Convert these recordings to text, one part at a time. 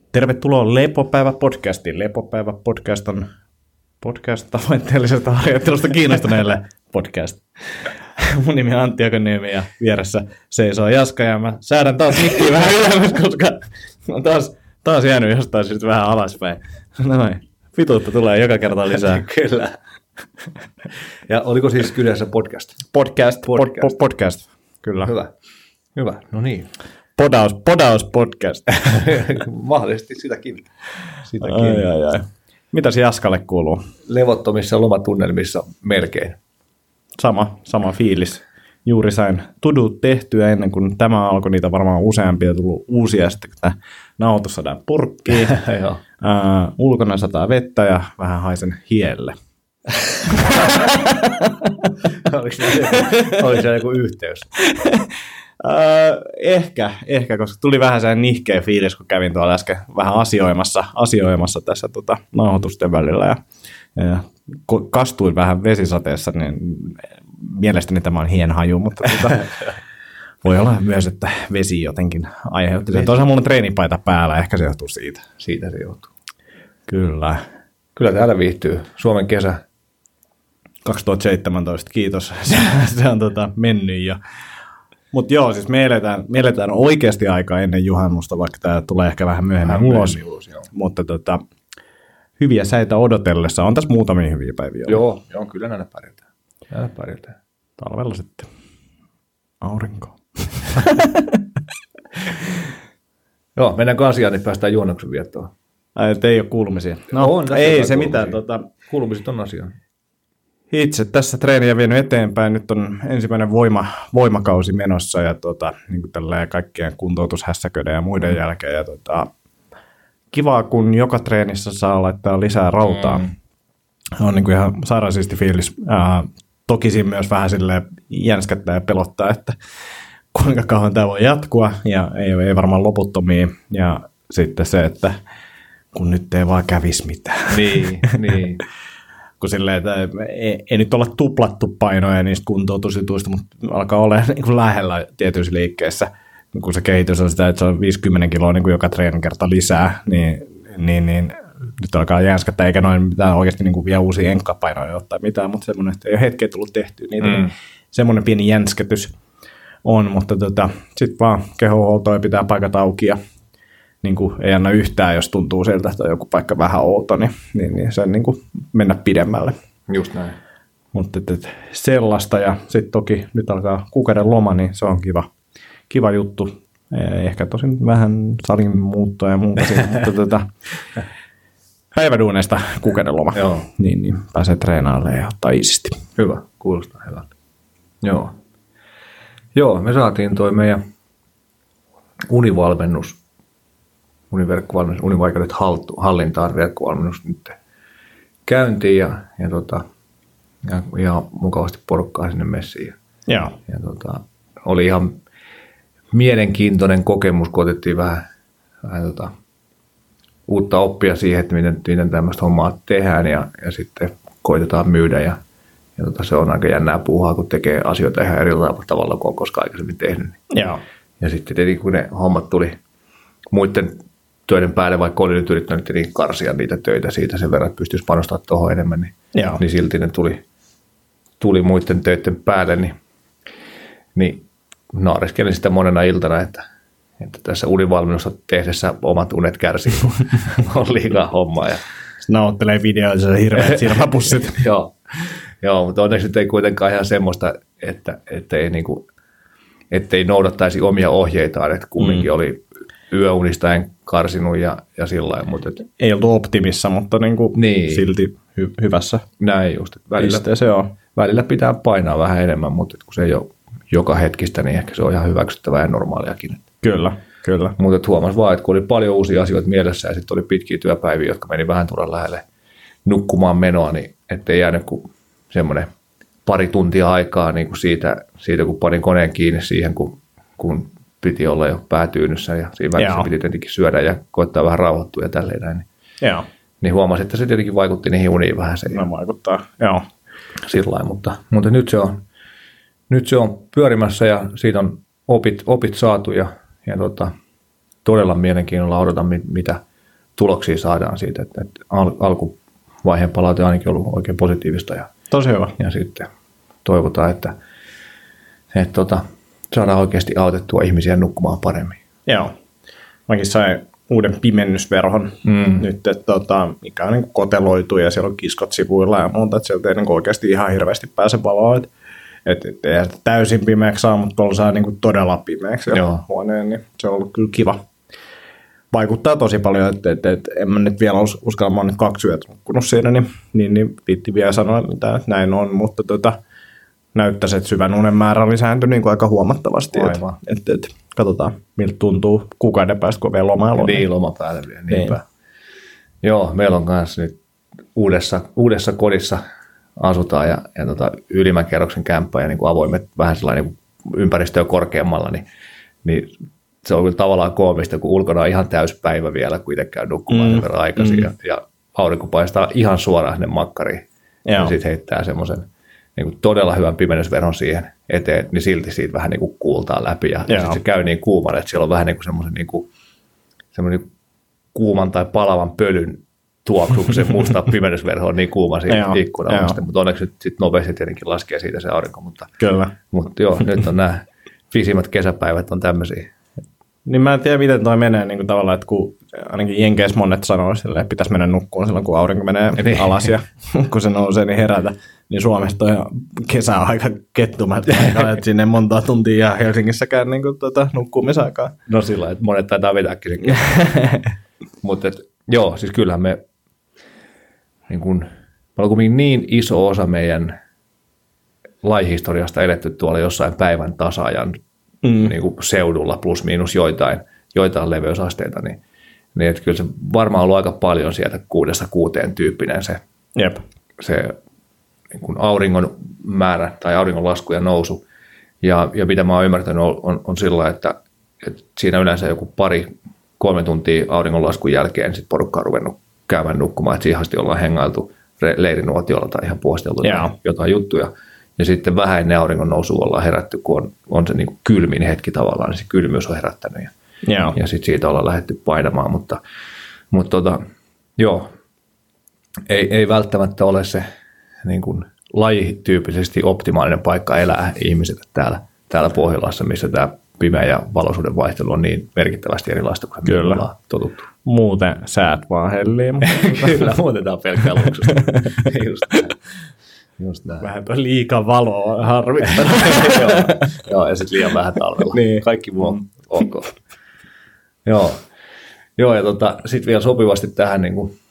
Tervetuloa Lepopäivä-podcastiin. Lepopäivä-podcast on podcast tavoitteellisesta harjoittelusta kiinnostuneille podcast. Mun nimi on Antti Akaniemi ja vieressä seisoo Jaska ja mä säädän taas mikkiä vähän ylemmäs, koska on taas jäänyt jostain syystä vähän alaspäin. Noin, vituutta tulee joka kerta lisää. Kyllä. Ja oliko siis kyseessä podcast? Podcast. Kyllä. Hyvä. No niin. Podaus podcast. Mahdollisesti sitäkin. Ai. Mitäs Jaskalle kuuluu? Levottomissa lomatunnelmissa melkein. Sama fiilis. Juuri sain tudut tehtyä ennen kuin tämä alkoi, niitä varmaan useampia tullut uusia sitten, kun tämä nauhoitus saadaan purkkiin. Ulkona sataa vettä ja vähän haisen hielle. Oliko se joku yhteys? Ehkä, koska tuli vähän sellainen nihkeä fiilis, kun kävin tuolla äsken vähän asioimassa tässä nauhoitusten välillä ja kastuin vähän vesisateessa, niin mielestäni tämä on hien haju, mutta voi olla myös, että vesi jotenkin aiheutti sen. Toisaalta mulla on treenipaita päällä, ehkä se johtuu siitä. Siitä se johtuu. Kyllä Täällä viihtyy. Suomen kesä. 2017, kiitos. Se on mennyt jo. Mutta joo, siis me eletään oikeasti aikaa ennen juhannusta, vaikka tämä tulee ehkä vähän myöhemmin ulos. Mutta hyviä säitä odotellessa. On tässä muutamia hyviä päiviä. Joo, kyllä näillä pärjätään. Talvella sitten aurinko. Joo, mennäänkö asiaan, niin päästään juhannuksen viettoon. Ei ole kuulumisia. No, ei se mitään. Kuulumiset on asiaan. Itse tässä treeniä vienyt eteenpäin. Nyt on ensimmäinen voimakausi menossa ja niin kuin kaikkien kuntoutushässäköiden ja muiden jälkeen. Ja kivaa, kun joka treenissä saa laittaa lisää rautaa. On niin kuin ihan sairaan siisti fiilis. Toki siinä myös vähän silleen jänskättää ja pelottaa, että kuinka kauan tämä voi jatkua ja ei varmaan loputtomia. Ja sitten se, että kun nyt ei vaan kävisi mitään. Niin. Kun silleen, että ei nyt olla tuplattu painoja niistä kuntoutusjutuista, mutta alkaa olla niin kuin lähellä tietyissä liikkeissä. Kun se kehitys on sitä, että se on 50 kiloa niin kuin joka treenin kerta lisää, niin nyt alkaa jänskättää, eikä noin mitään oikeasti niin kuin vielä uusia enkkapainoja tai mitään, mutta semmoinen, että ei ole hetkeä tullut tehtyä. Niin semmoinen pieni jänskätys on, mutta sitten vaan kehohuoltoa pitää paikat auki ja niin kuin ei anna yhtään, jos tuntuu siltä, että on joku paikka vähän outo, niin sen niin kuin mennä pidemmälle. Just näin. Mutta sellaista, ja sitten toki nyt alkaa kuukauden loma, niin se on kiva juttu. Ehkä tosin vähän salin muuttoa ja muuta, mutta päiväduuneista kuukauden loma. Joo. Niin pääsee treenaamaan ja ottaa iisisti. Hyvä, kuulostaa hyvältä. Joo, me saatiin toi meidän univaikeudet hallintaan verkkovalmennus nyt käyntiin ja mukavasti porukkaa sinne messiin. Ja oli ihan mielenkiintoinen kokemus, kun otettiin vähän uutta oppia siihen, että miten tämmöistä hommaa tehdään ja sitten koitetaan myydä ja se on aika jännää puuhaa, kun tekee asioita ihan eri tavalla kuin on koskaan aikaisemmin tehnyt. Joo. Ja sitten tietenkin kun ne hommat tuli muiden töiden päälle, vaikka oli nyt yrittänyt niin karsia niitä töitä siitä sen verran, että pystyisi panostamaan tuohon enemmän, niin silti ne tuli muiden töiden päälle, niin naareskelin sitä monena iltana, että tässä univalmennusta tehdessä omat unet kärsii, kun on liikaa hommaa. Ja nauttelee videoita, se hirveät silmäpussit. Joo, mutta onneksi nyt ei kuitenkaan ihan semmoista, ettei noudattaisi omia ohjeitaan, että kumminkin oli yöunista en karsinut ja sillä lailla. Ei oltu optimissa, mutta niin. Silti hyvässä. Näin just. Välillä pitää painaa vähän enemmän, mutta kun se ei ole joka hetkistä, niin ehkä se on ihan hyväksyttävää ja normaaliakin. Kyllä. Mutta huomasi vaan, että kun oli paljon uusia asioita mielessä ja sitten oli pitkiä työpäiviä, jotka meni vähän turhan lähelle nukkumaan menoa, niin ettei jäänyt kuin semmoinen pari tuntia aikaa niin kuin siitä, kun panin koneen kiinni siihen, kun piti olla jo päätyynyssä ja siinä välissä piti tietenkin syödä ja koittaa vähän rauhoittua ja tälleen näin. Niin huomasin, että se tietenkin vaikutti niihin uniin vähän. No vaikuttaa, joo. Sillain, mutta nyt se on pyörimässä ja siitä on opit saatu ja todella mielenkiinnolla odotan, mitä tuloksia saadaan siitä, että alkuvaiheen palaute on ainakin ollut oikein positiivista. Tosi hyvä. Ja sitten toivotaan, että saadaan oikeasti autettua ihmisiä nukkumaan paremmin. Joo. Mäkin sain uuden pimennysverhon nyt, että mikä on niin koteloitu ja siellä on kiskot sivuilla ja muuta, että sieltä ei niin oikeasti ihan hirveästi pääse valoa. Että ei sitä täysin pimeäksi saa, mutta tuolla saa niin todella pimeäksi huoneen, niin se on ollut kyllä kiva. Vaikuttaa tosi paljon, että en mä nyt vielä uskalla, mä oon nyt 2 yötä nukkunut siinä, niin viitti vielä sanoa, että näin on, mutta näyttäisi, että syvän unen määrä on lisääntynyt niin aika huomattavasti. Että katsotaan, miltä tuntuu kuukauden päästä, kun vielä lomailu. Niin, loma päälle vielä, niinpä. Niin. Joo, meillä on kanssa nyt uudessa kodissa asutaan ja ylimmän kerroksen kämppä ja niin kuin avoimet vähän sellainen niin ympäristöä korkeammalla, niin se on kyllä tavallaan koomista, kun ulkona on ihan täyspäivä vielä, kun itse käy nukkumaan sen verran aikaisin ja aurinko paistaa ihan suoraan sinne makkariin. Ja sitten heittää semmoisen niin todella hyvän pimennysverhon siihen eteen, niin silti siitä vähän niin kuin kuultaa läpi. Ja sitten se käy niin kuuman, että siellä on vähän niin kuin semmoinen kuuman tai palavan pölyn tuoksu, kun se musta pimennysverho on niin kuuma siinä ikkunalla. Mutta onneksi nyt sit nopeasti tietenkin laskee siitä se aurinko. Mutta joo, nyt on nämä pisimmät kesäpäivät on tämmöisiä. Niin mä en tiedä, miten toi menee niin kuin tavallaan, että kun ainakin Jenkeissä monet sanoo, että pitäisi mennä nukkuun silloin, kun aurinko menee alas ja kun se nousee, niin herätä. Niin Suomessa toi kesä on aika kettumatta, että sinne monta tuntia ja Helsingissäkään niin kuin, nukkumisaikaa. No sillä että monet taitaa vetääkin sen Mutta joo, siis kyllähän me on niin iso osa meidän lajihistoriasta eletty tuolla jossain päivän tasaajan niin kuin seudulla plus miinus joitain leveysasteita, niin että kyllä se varmaan on ollut aika paljon sieltä 6-6 tyyppinen se niin kuin auringon määrä tai auringon lasku ja nousu. Ja mitä mä oon ymmärtänyt on sillä, että siinä yleensä joku 2-3 tuntia auringonlaskun jälkeen sit porukka on ruvennut käymään nukkumaan, että siihen asti ollaan hengailtu leirinuotiolla tai ihan puosteltu jotain juttuja. Ja sitten vähän ennen auringon nousua ollaan herätty, kun on se niin kuin kylmin hetki tavallaan, niin se kylmyys on herättänyt. Ja sitten siitä ollaan lähdetty painamaan, mutta joo, ei välttämättä ole se niin kuin lajityyppisesti optimaalinen paikka elää ihmisille täällä Pohjolassa, missä tämä pimeä ja valoisuuden vaihtelu on niin merkittävästi erilaista kuin me ollaan totuttu. Muuten säät vaan hellii. Kyllä, muuten tämä on pelkkää luksusta. Just näin. Vähän liikaa valoa harmittanut. Joo, ja sitten liian vähän talvella. Niin. Kaikki muu on ok. Joo, ja sitten vielä sopivasti tähän niin kuin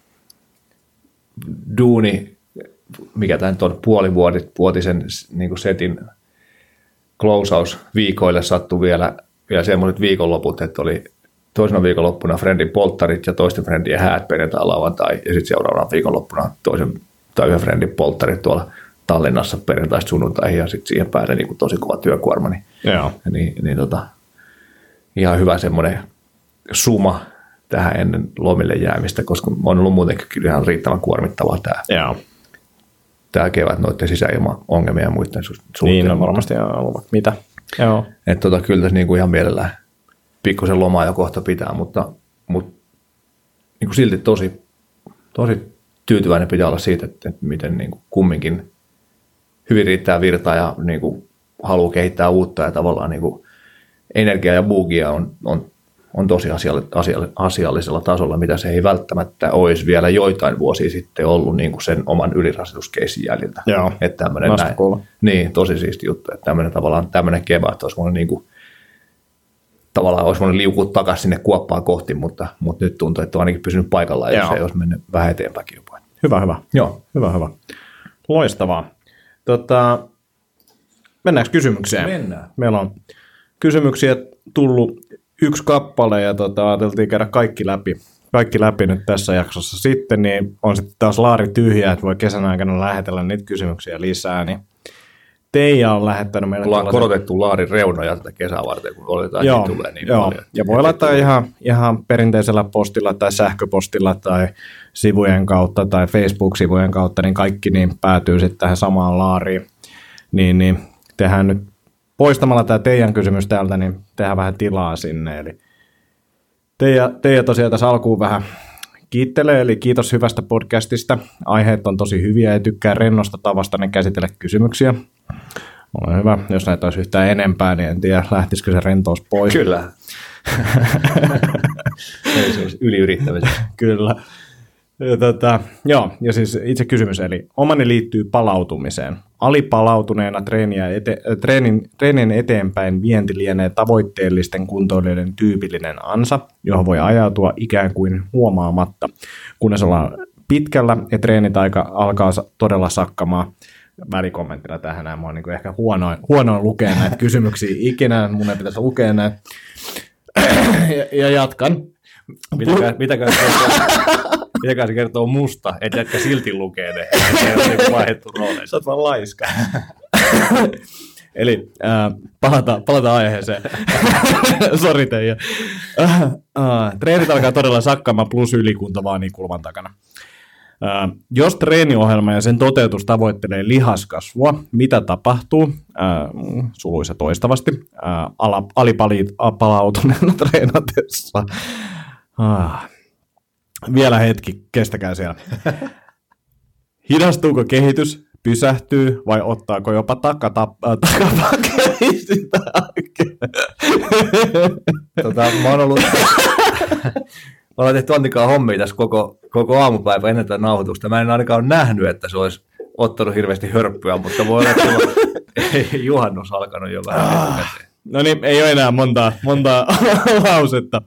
duuni, mikä tämä nyt on puolivuotisen niin kuin setin closeaus-viikoille sattui vielä semmoiset viikonloput, että oli toisena viikonloppuna friendin polttarit ja toisten friendien häät perjantai lauantai, ja sitten seuraavana viikonloppuna toisen tai yhden friendin polttarit tuolla Tallinnassa perjantaista sunnuntaihin, ja sitten siihen päälle niin kuin tosi kova työkuorma. Niin, ihan hyvä semmoinen suma tähän ennen lomille jäämistä, koska on ollut muutenkin kyllä ihan riittävän kuormittavaa tämä kevät noiden sisäilmaongelmia ja muiden suhteen. Niin, on varmasti ollut mitä. Joo. Että kyllä tässä niinku ihan mielellään pikkusen lomaa jo kohta pitää, mutta niinku silti tosi tyytyväinen pitää olla siitä, että miten niinku kumminkin hyvin riittää virtaa ja niinku haluaa kehittää uutta ja tavallaan niinku energia ja bugia on tosi asiallisella tasolla, mitä se ei välttämättä olisi vielä joitain vuosia sitten ollut niin kuin sen oman ylirasituskeissin jäljiltä. Joo, että niin, tosi siisti juttu, että tämmöinen kevät olisi voinut niin kuin, tavallaan olisi voinut liukua takaisin sinne kuoppaan kohti, mutta nyt tuntuu, että on ainakin pysynyt paikallaan, jos ei olisi mennyt vähän eteenpäinkin jopa. Hyvä. Joo. Hyvä. Loistavaa. Mennäänkö kysymykseen? Mennään. Meillä on kysymyksiä tullut 1 kappale ja ajateltiin käydä kaikki läpi nyt tässä jaksossa sitten, niin on sitten taas laari tyhjä, että voi kesän aikana lähetellä niitä kysymyksiä lisää, niin Teija on lähettänyt meille. Ollaan korotettu laarin reunoja tätä kesää varten, kun oletaan, että tulee niin paljon. Ja voi laittaa ihan perinteisellä postilla tai sähköpostilla tai sivujen kautta tai Facebook-sivujen kautta, niin kaikki niin päätyy sitten tähän samaan laariin. Niin tehdään nyt poistamalla tämä Teijan kysymys täältä, niin tehdään vähän tilaa sinne. Eli Teija tosiaan tässä alkuun vähän kiittelee, eli kiitos hyvästä podcastista. Aiheet on tosi hyviä ja tykkää rennosta tavasta ne käsitellä kysymyksiä. Ole hyvä. Jos näitä olisi yhtään enempää, niin en tiedä, lähtisikö se rentous pois. Kyllä. Ei se olisi yliyrittämistä. Kyllä. Ja siis itse kysymys, eli omani liittyy palautumiseen. Alipalautuneena treenin eteenpäin vienti lienee tavoitteellisten kuntoilijoiden tyypillinen ansa, johon voi ajautua ikään kuin huomaamatta, kunnes ollaan pitkällä ja treenitaika alkaa todella sakkamaan. Välikommenttina tähän näin, mä oon niin ehkä huonoin lukea näitä kysymyksiä ikinä, mun ei pitäisi lukea näitä. Ja jatkan. Mitäkään se kertoo musta, et jätkä silti lukee ne. Se on niin vaihdettu rooleissa. Sä oot vaan laiska. Eli palataan aiheeseen. Sori teijä. Treenit alkaa todella sakkaamaan plus ylikunta vaan niin kulman takana. Jos treeniohjelma ja sen toteutus tavoittelee lihaskasvua, mitä tapahtuu, suluissa toistavasti, alipalautuneena treenatessa? Vielä hetki, kestäkää siellä. Hidastuuko kehitys, pysähtyy vai ottaako jopa takapakeli sitä? Mä oon ollut... Me ollaan tehty Antikaan hommia tässä koko aamupäivä ennen tätä nauhoitusta. Mä en ainakaan ole nähnyt, että se olisi ottanut hirveästi hörppyä, mutta voi olla, että juhannus alkanut jo vähän etukäteen. No niin, ei ole enää monta lausetta.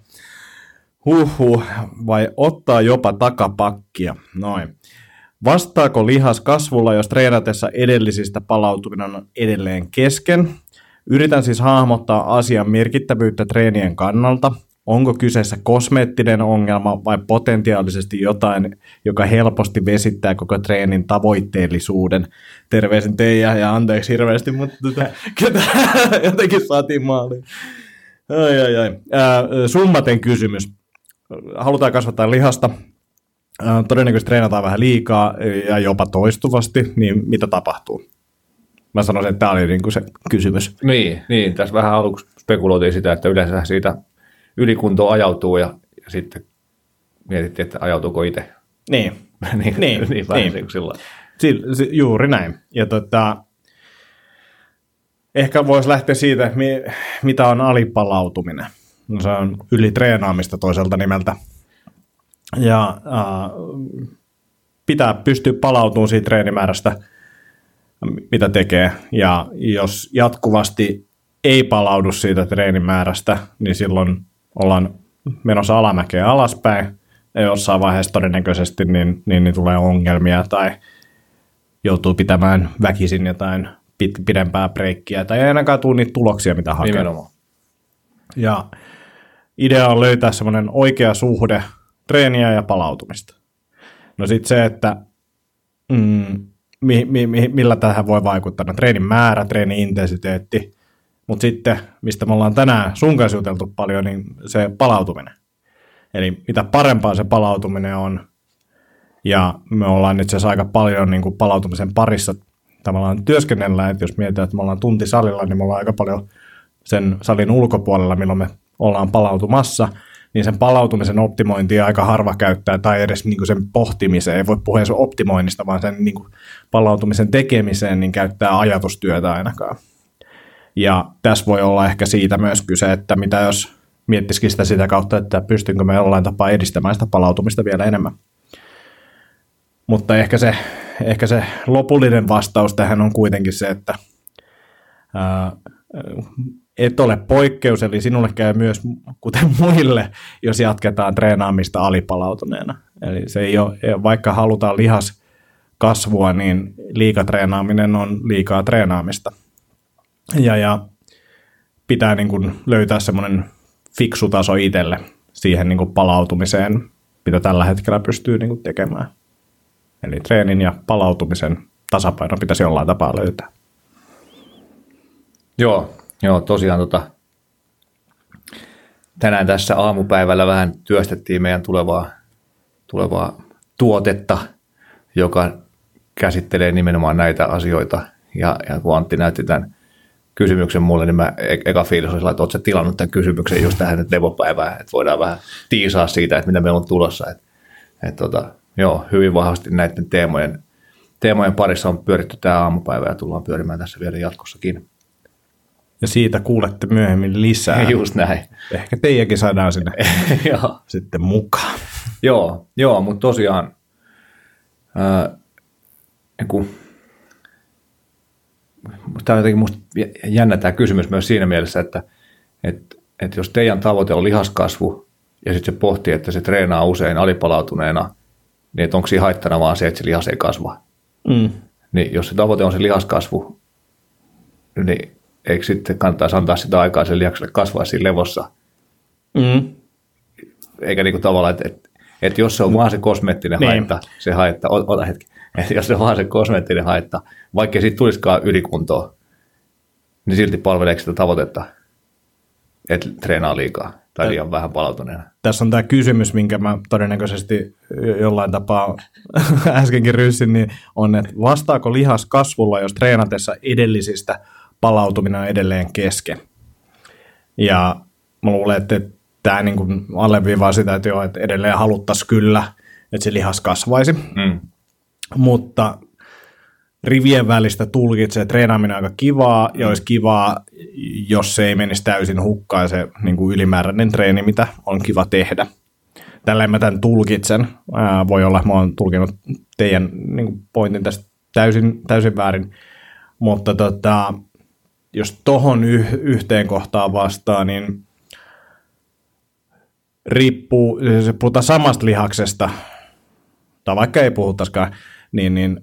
Vai ottaa jopa takapakkia? Noin. Vastaako lihas kasvulla, jos treenatessa edellisistä palautuminen on edelleen kesken? Yritän siis hahmottaa asian merkittävyyttä treenien kannalta. Onko kyseessä kosmeettinen ongelma vai potentiaalisesti jotain, joka helposti vesittää koko treenin tavoitteellisuuden? Terveisin Teija ja anteeksi hirveästi, mutta jotenkin saatiin maaliin. Summaten kysymys. Halutaan kasvattaa lihasta. Todennäköisesti treenataan vähän liikaa ja jopa toistuvasti, niin mitä tapahtuu? Mä sanoisin, että tämä oli niin kuin se kysymys. Niin, tässä vähän aluksi spekuloitiin sitä, että yleensä siitä ylikuntoon ajautuu ja sitten mietittiin, että ajautuuko itse. Niin. Juuri näin. Ja ehkä voisi lähteä siitä, mitä on alipalautuminen. No, se on ylitreenaamista toiselta nimeltä. Ja pitää pystyä palautumaan siitä treenimäärästä, mitä tekee. Ja jos jatkuvasti ei palaudu siitä treenimäärästä, niin silloin ollaan menossa alamäkeen alaspäin. Ja jossain vaiheessa todennäköisesti niin tulee ongelmia tai joutuu pitämään väkisin jotain pidempää breikkiä tai ei ainakaan tule niitä tuloksia, mitä hakee. Nimenomaan. Ja idea on löytää semmoinen oikea suhde treeniä ja palautumista. No sitten se, että millä tähän voi vaikuttaa. No, treenin määrä, treenin intensiteetti, mutta sitten, mistä me ollaan tänään sun kanssa juteltu paljon, niin se palautuminen. Eli mitä parempaa se palautuminen on, ja me ollaan itse asiassa aika paljon niin kuin palautumisen parissa tavallaan työskennellään, että jos mietitään, että me ollaan tunti salilla, niin me ollaan aika paljon sen salin ulkopuolella, milloin me ollaan palautumassa, niin sen palautumisen optimointia aika harva käyttää, tai edes niin kuin sen pohtimiseen, ei voi puhua sen optimoinnista, vaan sen niin kuin palautumisen tekemiseen, niin käyttää ajatustyötä ainakaan. Ja tässä voi olla ehkä siitä myös kyse, että mitä jos miettisikin sitä kautta, että pystynkö me jollain tapaa edistämään sitä palautumista vielä enemmän. Mutta ehkä se lopullinen vastaus tähän on kuitenkin se, että et ole poikkeus, eli sinulle käy myös, kuten muille, jos jatketaan treenaamista alipalautuneena. Eli se ei ole, vaikka halutaan lihaskasvua, niin liikatreenaaminen on liikaa treenaamista. Ja pitää niin kuin löytää semmoinen fiksu taso itselle siihen niin kuin palautumiseen, mitä tällä hetkellä pystyy niin kuin tekemään. Eli treenin ja palautumisen tasapaino pitäisi jollain tapaa löytää. Joo, tosiaan tänään tässä aamupäivällä vähän työstettiin meidän tulevaa tuotetta, joka käsittelee nimenomaan näitä asioita. Ja kun Antti näytti tämän kysymyksen mulle, niin mä eka fiilis oli, että ootko sä tilannut tämän kysymyksen just tähän levopäivään, että voidaan vähän tiisaa siitä, että mitä meillä on tulossa. Joo, hyvin vahvasti näiden teemojen parissa on pyöritty tämä aamupäivä ja tullaan pyörimään tässä vielä jatkossakin. Ja siitä kuulette myöhemmin lisää. Just näin. Ehkä teidänkin saadaan sinne sitten mukaan. Joo, mutta tosiaan tämä on jotenkin musta jännä tämä kysymys myös siinä mielessä, että jos teidän tavoite on lihaskasvu ja sitten se pohtii, että se treenaa usein alipalautuneena, niin että onko siinä haittana vaan se, että se lihas ei kasva. Niin jos se tavoite on se lihaskasvu, niin eikö sitten kannattaisi antaa sitä aikaa sen lihakselle kasvaa siinä levossa? Eikä niinku tavallaan, että jos se on vaan se kosmeettinen haitta, se haitta, ota hetki, että jos se on vaan se kosmeettinen haitta, vaikka siitä tulisikaan ylikuntoa, niin silti palveleeko sitä tavoitetta, että treenaa liikaa tai liian vähän palautuneena? Tässä on tämä kysymys, minkä mä todennäköisesti jollain tapaa äskenkin ryssin, niin on, että vastaako lihas kasvulla, jos treenatessa edellisistä palautuminen on edelleen kesken? Ja mä luulen, että tämä niin kuin alleviivaa sitä, että joo, että edelleen haluttaisiin kyllä, että se lihas kasvaisi. Mutta rivien välistä tulkitsee, että treenaaminen on aika kivaa, ja olisi kivaa, jos se ei menisi täysin hukkaan se niin kuin ylimääräinen treeni, mitä on kiva tehdä. Tällä mä tämän tulkitsen. Voi olla, että mä oon tulkinut teidän niin kuin pointin tästä täysin väärin, mutta jos tohon yhteen kohtaan vastaa, niin riippuu, se puhutaan samasta lihaksesta, tai vaikka ei puhuttaisikaan, niin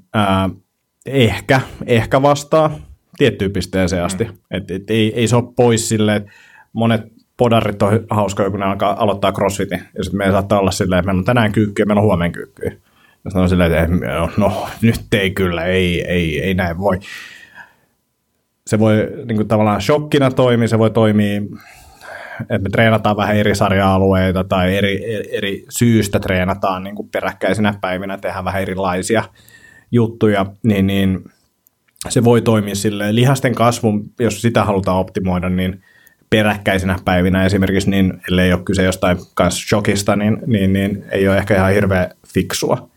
ehkä vastaa tiettyyn pisteeseen asti. Et ei se ole pois silleen, että monet podarit on hauskoja, kun ne alkaa aloittaa crossfitin, ja sitten meillä saattaa olla silleen, että meillä on tänään kyykkyä, meillä on huomenna kyykkyä. Ja sitten on silleen, että no nyt ei kyllä, ei näin voi. Se voi niin kuin tavallaan shokkina toimia, se voi toimia, että me treenataan vähän eri sarja-alueita tai eri syystä treenataan niin kuin peräkkäisinä päivinä, tehdään vähän erilaisia juttuja, niin se voi toimia silleen. Lihasten kasvun, jos sitä halutaan optimoida, niin peräkkäisinä päivinä esimerkiksi, niin ellei ole kyse jostain kanssa shokista, niin ei ole ehkä ihan hirveän fiksua.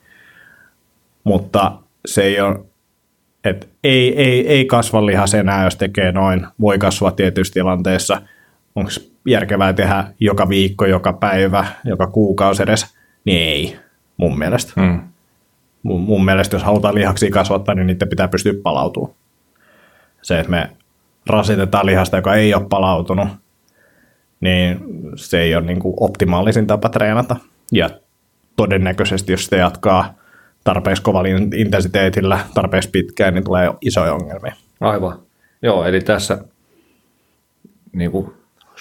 Mutta se ei ole, että ei kasva lihas enää, jos tekee noin. Voi kasvaa tietyissä tilanteissa. Onko järkevää tehdä joka viikko, joka päivä, joka kuukausi edes? Niin ei, mun mielestä. Mun mielestä, jos halutaan lihaksia kasvattaa, niin niitä pitää pystyä palautumaan. Se, että me rasitetaan lihasta, joka ei ole palautunut, niin se ei ole niin kuin optimaalisin tapa treenata. Ja todennäköisesti, jos sitä jatkaa tarpeeksi kovalla intensiteetillä, tarpeeksi pitkään, niin tulee isoja ongelmia. Aivan. Joo, eli tässä niin kuin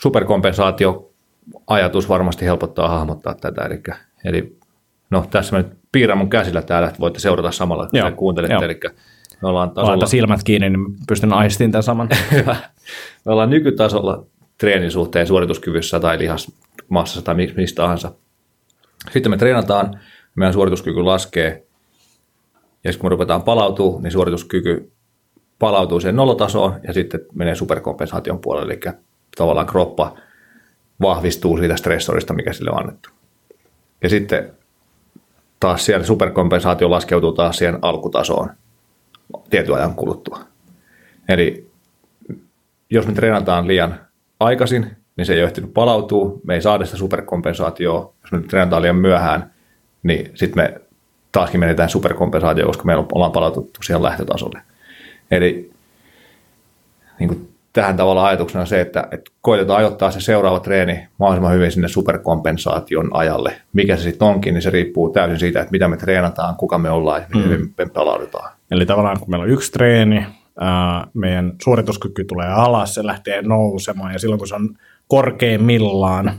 superkompensaatioajatus varmasti helpottaa hahmottaa tätä. Eli no, tässä mä nyt piirrän mun käsillä täällä, että voitte seurata samalla, kun kuuntelette. Eli me ollaan tasolla... Laita silmät kiinni, niin pystyn aistiin tämän saman. Me ollaan nykytasolla treenin suhteen suorituskyvyssä tai lihasmassassa tai mistä tahansa. Sitten me treenataan, meidän suorituskyky laskee, ja kun me ruvetaan palautumaan, niin suorituskyky palautuu siihen nollatasoon, ja sitten menee superkompensaation puolelle, eli tavallaan kroppa vahvistuu siitä stressorista, mikä sille on annettu. Ja sitten taas siellä superkompensaatio laskeutuu taas siihen alkutasoon tietyn ajan kuluttua. Eli jos me treenataan liian aikaisin, niin se ei ole ehtinyt palautua, me ei saada sitä superkompensaatioa. Jos me treenataan liian myöhään, niin sitten me taaskin menetään superkompensaatioon, koska me ollaan palaututtu siihen lähtötasolle. Eli niin kuin tähän tavalla ajatuksena se, että koitetaan ajoittaa se seuraava treeni mahdollisimman hyvin sinne superkompensaation ajalle. Mikä se sitten onkin, niin se riippuu täysin siitä, että mitä me treenataan, kuka me ollaan ja miten me palaudutaan. Eli tavallaan kun meillä on yksi treeni, meidän suorituskyky tulee alas, se lähtee nousemaan ja silloin kun se on korkeimmillaan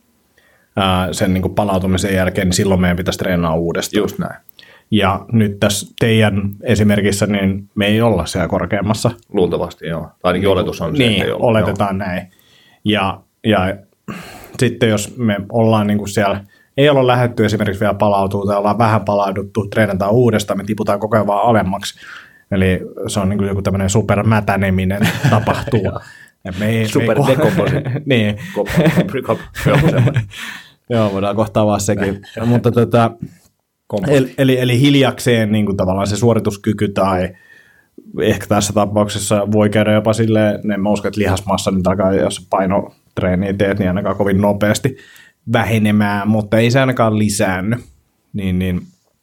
sen niin kuin palautumisen jälkeen, niin silloin meidän pitäisi treenaa uudestaan. Just näin. Ja nyt tässä teidän esimerkissä, niin me ei olla siellä korkeammassa. Luultavasti, joo. Tai ainakin oletus on se, niin, että ei olla. oletetaan joo. Näin. Ja sitten jos me ollaan niin kuin siellä, ei olla lähdetty esimerkiksi vielä palautua tai ollaan vähän palauduttu, treenataan uudestaan, me tiputaan koko ajan vaan alemmaksi. Eli se on niin kuin joku tämmöinen supermätäneminen tapahtuu. Superdekomposi. Niin. Joo, voidaan kohtaa vaan sekin. Mutta Eli hiljakseen niin kuin tavallaan se suorituskyky tai ehkä tässä tapauksessa voi käydä jopa silleen, ne mouskat lihasmassa, niin takaa, jos painotreeniä teet, niin ainakaan kovin nopeasti vähenemään, mutta ei se ainakaan lisäänny. Niin.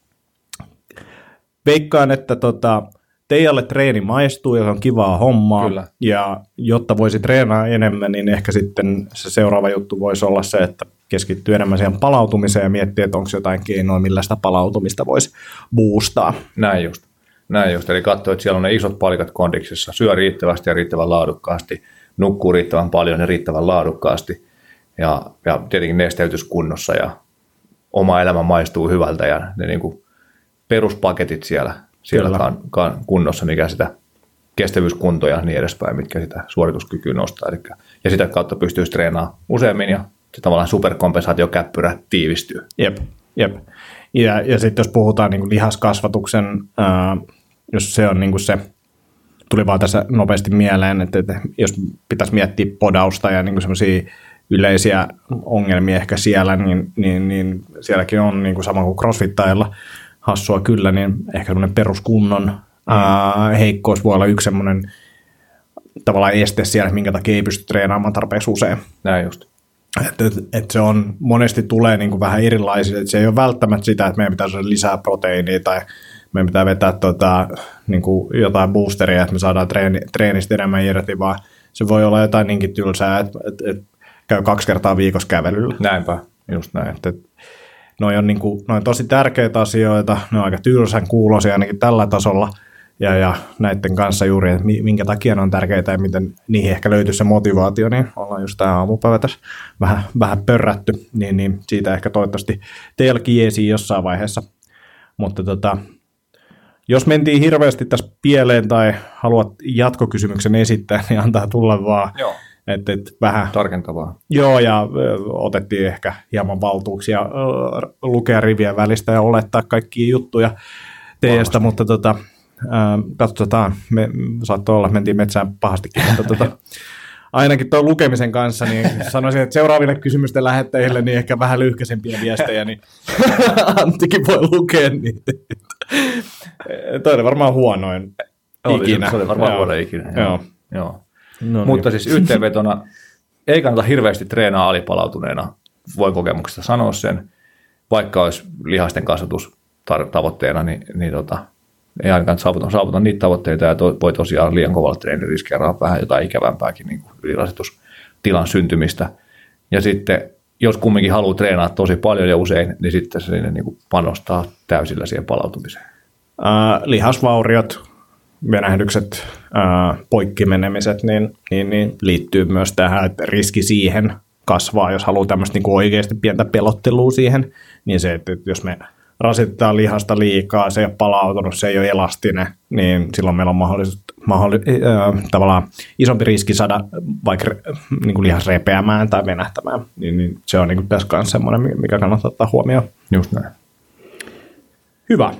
Veikkaan, että Teijalle treeni maistuu ja se on kivaa hommaa. Kyllä. Ja jotta voisi treenaa enemmän, niin ehkä sitten se seuraava juttu voisi olla se, että keskittyy enemmän siihen palautumiseen ja miettiä, että onko jotain keinoa, millä sitä palautumista voisi boostaa. Näin just. Eli katsoo, että siellä on ne isot palikat kondiksessa, syö riittävästi ja riittävän laadukkaasti, nukkuu riittävän paljon ja riittävän laadukkaasti ja tietenkin nesteytys kunnossa ja oma elämä maistuu hyvältä ja ne niin kuin peruspaketit siellä kunnossa, mikä sitä kestävyyskuntoa ja niin edespäin, mitkä sitä suorituskykyä nostaa. Ja sitä kautta pystyy treenaamaan useammin ja se tavallaan superkompensaatiokäppyrä tiivistyy. Jep. Ja sitten jos puhutaan niin kuin lihaskasvatuksen, jos se on niin kuin se, tuli vaan tässä nopeasti mieleen, että jos pitäisi miettiä podausta ja niin kuin semmoisia yleisiä ongelmia ehkä siellä, niin sielläkin on niin kuin sama kuin crossfittajilla hassua kyllä, niin ehkä semmoinen peruskunnon heikkous voi olla yksi semmoinen tavallaan este siellä, minkä takia ei pysty treenaamaan tarpeeksi usein. Näin just. Että se on, monesti tulee niin kuin vähän erilaisia, että se ei ole välttämättä sitä, että meidän pitää saada lisää proteiinia tai meidän pitää vetää niin kuin jotain boosteria, että me saadaan treenistä enemmän irti, vaan se voi olla jotain niinkin tylsää, että käy 2 kertaa viikossa kävelyllä. Näinpä, just näin. Noi on tosi tärkeitä asioita, ne on aika tylsän kuuloisia ainakin tällä tasolla, ja näiden kanssa juuri, että minkä takia ne on tärkeitä ja miten niihin ehkä löytyy se motivaatio, niin ollaan just tämä aamupäivä tässä vähän pörrätty, niin siitä ehkä toivottavasti teilläkin jeesiin jossain vaiheessa. Mutta jos mentiin hirveästi tässä pieleen tai haluat jatkokysymyksen esittää, niin antaa tulla vaan. Joo. Että vähän tarkentavaa. Joo, ja otettiin ehkä hieman valtuuksia lukea rivien välistä ja olettaa kaikkia juttuja teistä, mutta katsotaan, saattoi olla, mentiin metsään pahastikin, mutta ainakin tuon lukemisen kanssa, niin sanoisin, että seuraaville kysymysten lähettäjille niin ehkä vähän lyhkäisempiä viestejä, niin Anttikin voi lukea niitä. Toi oli varmaan huonoin ikinä. Se oli varmaan huonoin ikinä. Joo. No, mutta siis yhteenvetona ei kannata hirveästi treenaa alipalautuneena, voin kokemuksesta sanoa sen, vaikka olisi lihasten kasvatus tavoitteena, niin ei ainakaan saavuta niitä tavoitteita ja voi tosiaan liian kovalla treenillä riskeeraa vähän jotain ikävämpääkin niin ylirasitustilan syntymistä. Ja sitten jos kumminkin haluaa treenaa tosi paljon ja usein, niin sitten se niin kuin panostaa täysillä siihen palautumiseen. Lihasvauriot, venähdykset, poikkimenemiset, niin liittyy myös tähän, että riski siihen kasvaa, jos haluaa tämmöistä niin kuin oikeasti pientä pelottelua siihen, niin se, että jos me rasitetaan lihasta liikaa, se ei ole palautunut, se ei ole elastinen, niin silloin meillä on tavallaan isompi riski saada vaikka niin kuin lihas repeämään tai venähtämään, niin se on niin kuin tässä kanssa semmoinen, mikä kannattaa ottaa huomioon. Just näin. Hyvä.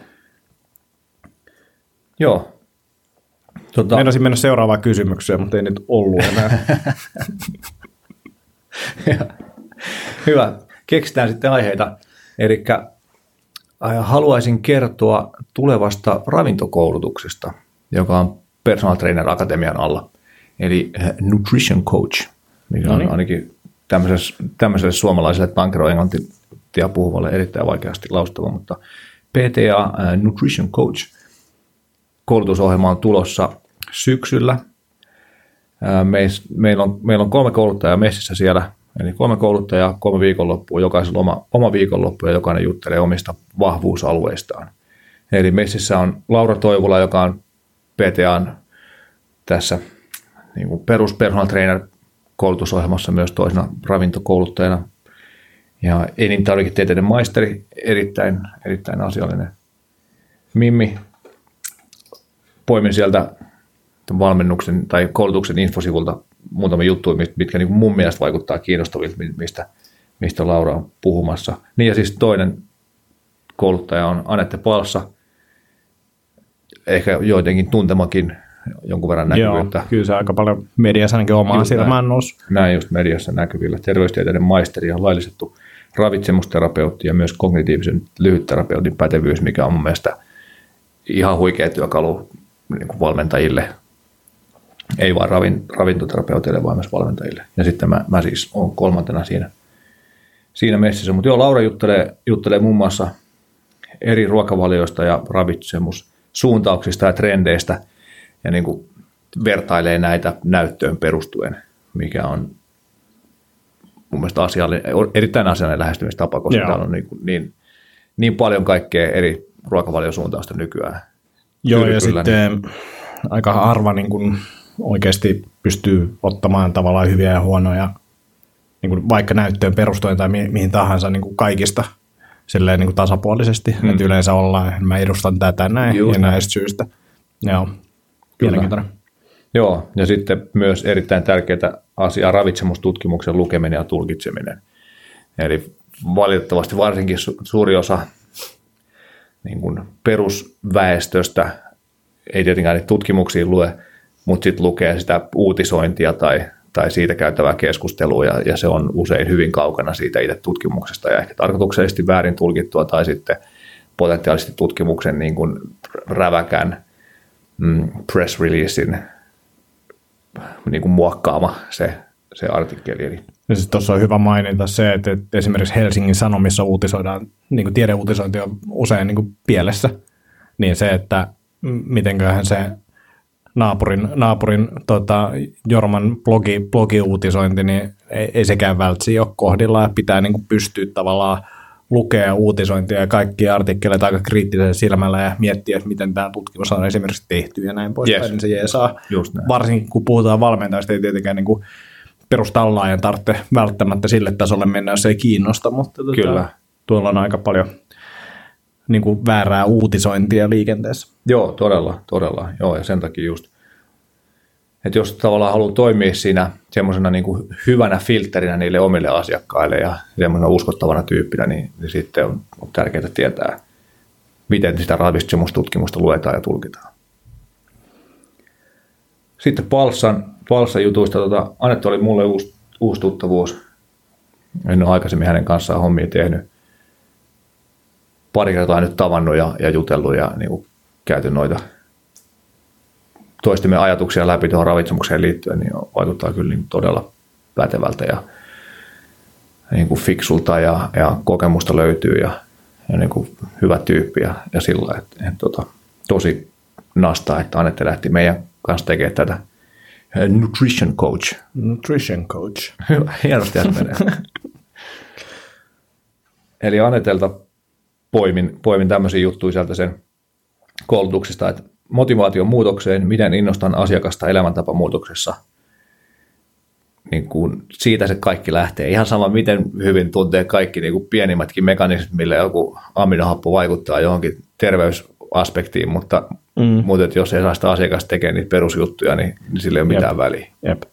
Joo. Meinasin mennä seuraavaan kysymykseen, mutta ei nyt ollut enää. Hyvä. Keksitään sitten aiheita. Eli haluaisin kertoa tulevasta ravintokoulutuksesta, joka on Personal Trainer Akatemian alla. Eli Nutrition Coach, mikä on ainakin tämmöiselle suomalaiselle tankeroenglantia puhuvalle erittäin vaikeasti laustava, mutta PTA Nutrition Coach koulutusohjelma on tulossa syksyllä. Meillä on 3 kouluttajaa messissä siellä, eli 3 kouluttajaa, 3 viikonloppua, jokaisella oma viikonloppu ja jokainen juttelee omista vahvuusalueistaan. Eli messissä on Laura Toivola, joka on PTAn tässä niin kuin perus personal trainer koulutusohjelmassa myös toisena ravintokouluttajana. Ja elintarviketieteiden maisteri, erittäin asiallinen Mimmi. Poimin sieltä valmennuksen tai koulutuksen infosivulta muutamia juttuja, mitkä niin kuin mun mielestä vaikuttaa kiinnostavilta, mistä Laura on puhumassa. Niin ja siis toinen kouluttaja on Anette Palssa, ehkä joidenkin tuntemakin jonkun verran näkyvyyttä. Joo, kyllä se aika paljon mediassa ainakin omaa silmään nousi. Näin just mediassa näkyvillä. Terveystieteiden maisteri on laillistettu ravitsemusterapeutti ja myös kognitiivisen lyhytterapeutin pätevyys, mikä on mun mielestä ihan huikea työkalu niin kuin valmentajille, ei vain ravintoterapeuteille, vaan myös valmentajille. Ja sitten mä siis olen kolmantena siinä messissä. Mutta joo, Laura juttelee muun muassa eri ruokavalioista ja ravitsemussuuntauksista ja trendeistä ja niin kuin vertailee näitä näyttöön perustuen, mikä on mun mielestä erittäin asiallinen lähestymistapa, koska täällä on niin paljon kaikkea eri ruokavaliosuuntausta nykyään. Joo, ja sitten aika harva niin kuin oikeasti pystyy ottamaan tavallaan hyviä ja huonoja, niin kuin vaikka näyttöön perustuen tai mihin tahansa niin kuin kaikista silleen niin kuin tasapuolisesti. Että yleensä ollaan, mä edustan tätä näin ja näistä syystä. Joo, mielenkiintoinen. Joo, ja sitten myös erittäin tärkeää asiaa ravitsemustutkimuksen lukeminen ja tulkitseminen. Eli valitettavasti varsinkin suuri osa niin kuin perusväestöstä ei tietenkään niitä tutkimuksia lue, mutta sitten lukee sitä uutisointia tai siitä käytävää keskustelua, ja se on usein hyvin kaukana siitä itse tutkimuksesta, ja ehkä tarkoituksellisesti väärin tulkittua, tai sitten potentiaalisesti tutkimuksen niin kuin räväkän press releasein niin kuin muokkaama se artikkeli. Eli tuossa on hyvä mainita se, että esimerkiksi Helsingin Sanomissa uutisoidaan, niin kuin tiedeuutisointi on usein niin kuin pielessä, niin se, että mitenköhän se naapurin Jorman blogi-uutisointi, niin ei sekään välttämättä ole kohdillaan, ja pitää niin kuin pystyä tavallaan lukea uutisointia ja kaikkia artikkeleita aika kriittisellä silmällä ja miettiä, että miten tämä tutkimus on esimerkiksi tehty ja näin poispäin, niin se jeesaa. Varsinkin kun puhutaan valmentajista, ei tietenkään niin kuin perustallaajan tarvitse välttämättä sille tasolle mennä, jos ei kiinnosta, mutta kyllä. Tuolla on aika paljon niin kuin väärää uutisointia liikenteessä. Joo, todella. Joo, ja sen takia just, että jos tavallaan haluaa toimia siinä semmoisena niin kuin hyvänä filtterinä niille omille asiakkaille ja semmoisena uskottavana tyyppinä, niin sitten on tärkeää tietää, miten sitä ravitsemustutkimusta luetaan ja tulkitaan. Sitten Palssan jutuista. Anette oli mulle uusi tuttavuus. En ole aikaisemmin hänen kanssaan hommia tehnyt. Pari kertaa nyt tavannut ja jutellut ja niin kuin käyty noita toistimme ajatuksia läpi tuohon ravitsemukseen liittyen, niin vaikuttaa kyllä niin todella pätevältä ja niin kuin fiksulta ja kokemusta löytyy ja niin kuin hyvä tyyppi ja sillä, että tosi nastaa, että Anette lähti meidän kanssa tekemään tätä nutrition coach. Nutrition coach. Hienosti menee. Eli Anetelta poimin tämmöisiä juttuja sieltä sen koulutuksesta, että motivaation muutokseen, miten innostan asiakasta elämäntapamuutoksessa. Niin kuin siitä se kaikki lähtee. Ihan sama, miten hyvin tuntee kaikki niin kuin pienimmätkin mekanismit, millä joku aminohappo vaikuttaa johonkin terveysaspektiin, mutta jos ei saa sitä asiakasta tekemään niitä perusjuttuja, niin sillä ei ole mitään väliä. Jep.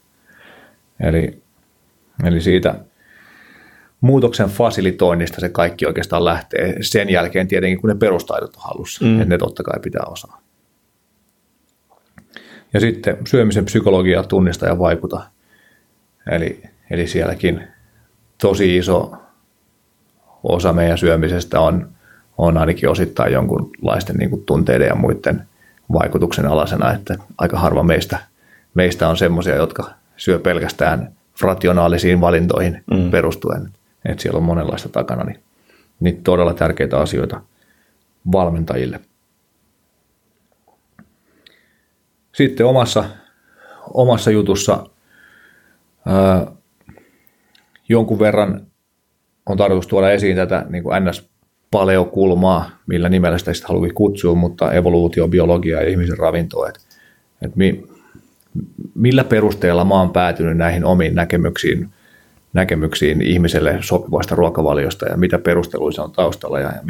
Eli siitä muutoksen fasilitoinnista se kaikki oikeastaan lähtee. Sen jälkeen tietenkin, kun ne perustaidot on halussa, että ne totta kai pitää osaa. Ja sitten syömisen psykologia, tunnista ja vaikuta. Eli sielläkin tosi iso osa meidän syömisestä on ainakin osittain jonkunlaisten niin kuin tunteiden ja muiden vaikutuksen alasena, että aika harva meistä on semmoisia, jotka syö pelkästään rationaalisiin valintoihin perustuen. Että siellä on monenlaista takana, niin todella tärkeitä asioita valmentajille. Sitten omassa jutussa jonkun verran on tarkoitus tuoda esiin tätä niin kuin NS-paleokulmaa, millä nimellä sitä haluaa kutsua, mutta evoluutiobiologiaa ja ihmisen ravintoa. Millä perusteella mä oon päätynyt näihin omiin näkemyksiin ihmiselle sopivasta ruokavaliosta ja mitä perusteluja on taustalla ja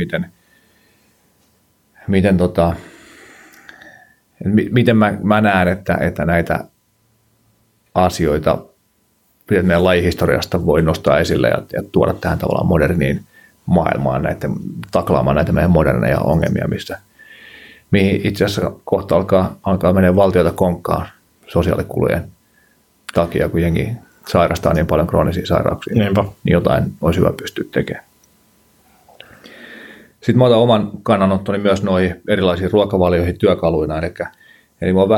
miten mä näen, että näitä asioita meidän lajihistoriasta voi nostaa esille ja tuoda tähän tavallaan moderniin maailmaan taklaamaan näitä meidän moderneja ongelmia, mihin itse asiassa kohta alkaa mennä valtiota konkkaan sosiaalikulujen takia, kun jengi sairastaa niin paljon kroonisia sairauksia, Niinpä. niin jotain olisi hyvä pystyä tekemään. Sitten mä otan oman kannanottoni myös noihin erilaisiin ruokavalioihin työkaluina, eli mua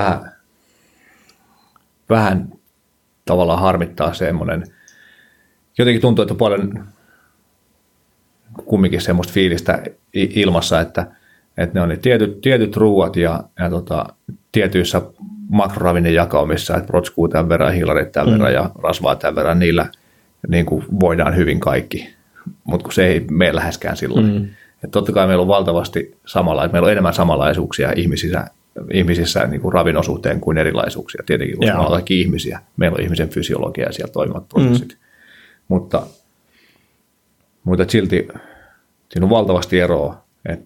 vähän tavallaan harmittaa semmoinen, jotenkin tuntuu, että on paljon kumminkin semmoista fiilistä ilmassa, että ne on ne tietyt ruuat ja tietyissä makroravinnejakaumissa, että protskuu tämän verran, hiilarit tämän verran ja rasvaa tämän verran, niillä niin kuin voidaan hyvin kaikki, mutta kun se ei mene läheskään silloin. Että totta kai meillä on valtavasti meillä on enemmän samanlaisuuksia ihmisissä niin kuin ravinnon suhteen kuin erilaisuuksia. Tietenkin, koska me ollaan kaikki ihmisiä. Meillä on ihmisen fysiologia ja siellä toimivat prosessit. Mutta silti siinä on valtavasti eroa.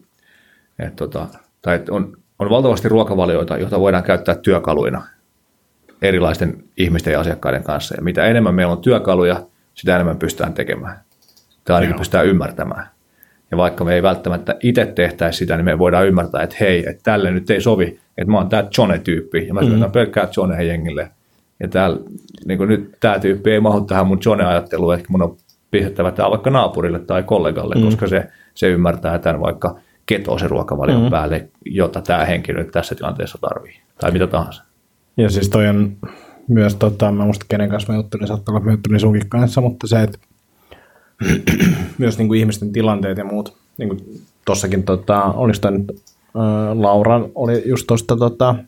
On valtavasti ruokavalioita, joita voidaan käyttää työkaluina erilaisten ihmisten ja asiakkaiden kanssa. Ja mitä enemmän meillä on työkaluja, sitä enemmän pystytään tekemään. Tai ainakin pystytään ymmärtämään. Ja vaikka me ei välttämättä itse tehtäisi sitä, niin me voidaan ymmärtää, että hei, että tälle nyt ei sovi, että mä oon tää Johne-tyyppi, ja mä syötän pelkkää Johne-jengille. Ja täällä, niin nyt tämä tyyppi ei mahdu tähän mun Johne-ajatteluun, ehkä mun on pistettävä tämä vaikka naapurille tai kollegalle, koska se ymmärtää tämän vaikka ketoisen ruokavalion päälle, jota tämä henkilö nyt tässä tilanteessa tarvii, tai mitä tahansa. Ja siis toi on myös, mä muista kenen kanssa mä juttelin, saattaa olla juttelin sunkin kanssa, mutta se, että myös niin kuin ihmisten tilanteet ja muut, niin kuin tossakin olisi toi nyt Lauran, oli just tuosta,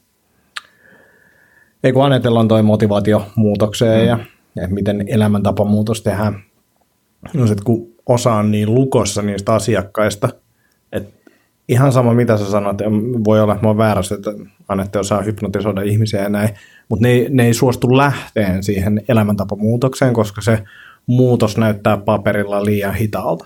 ei kun Anetellaan toi motivaatiomuutokseen ja miten elämäntapamuutos tehdään. No sit kun osa on niin lukossa niistä asiakkaista, että ihan sama mitä sä sanot, voi olla, että mä oon väärässä, että Anette osaa hypnotisoida ihmisiä ja näin, mutta ne ei suostu lähteen siihen elämäntapamuutokseen, koska se muutos näyttää paperilla liian hitaalta.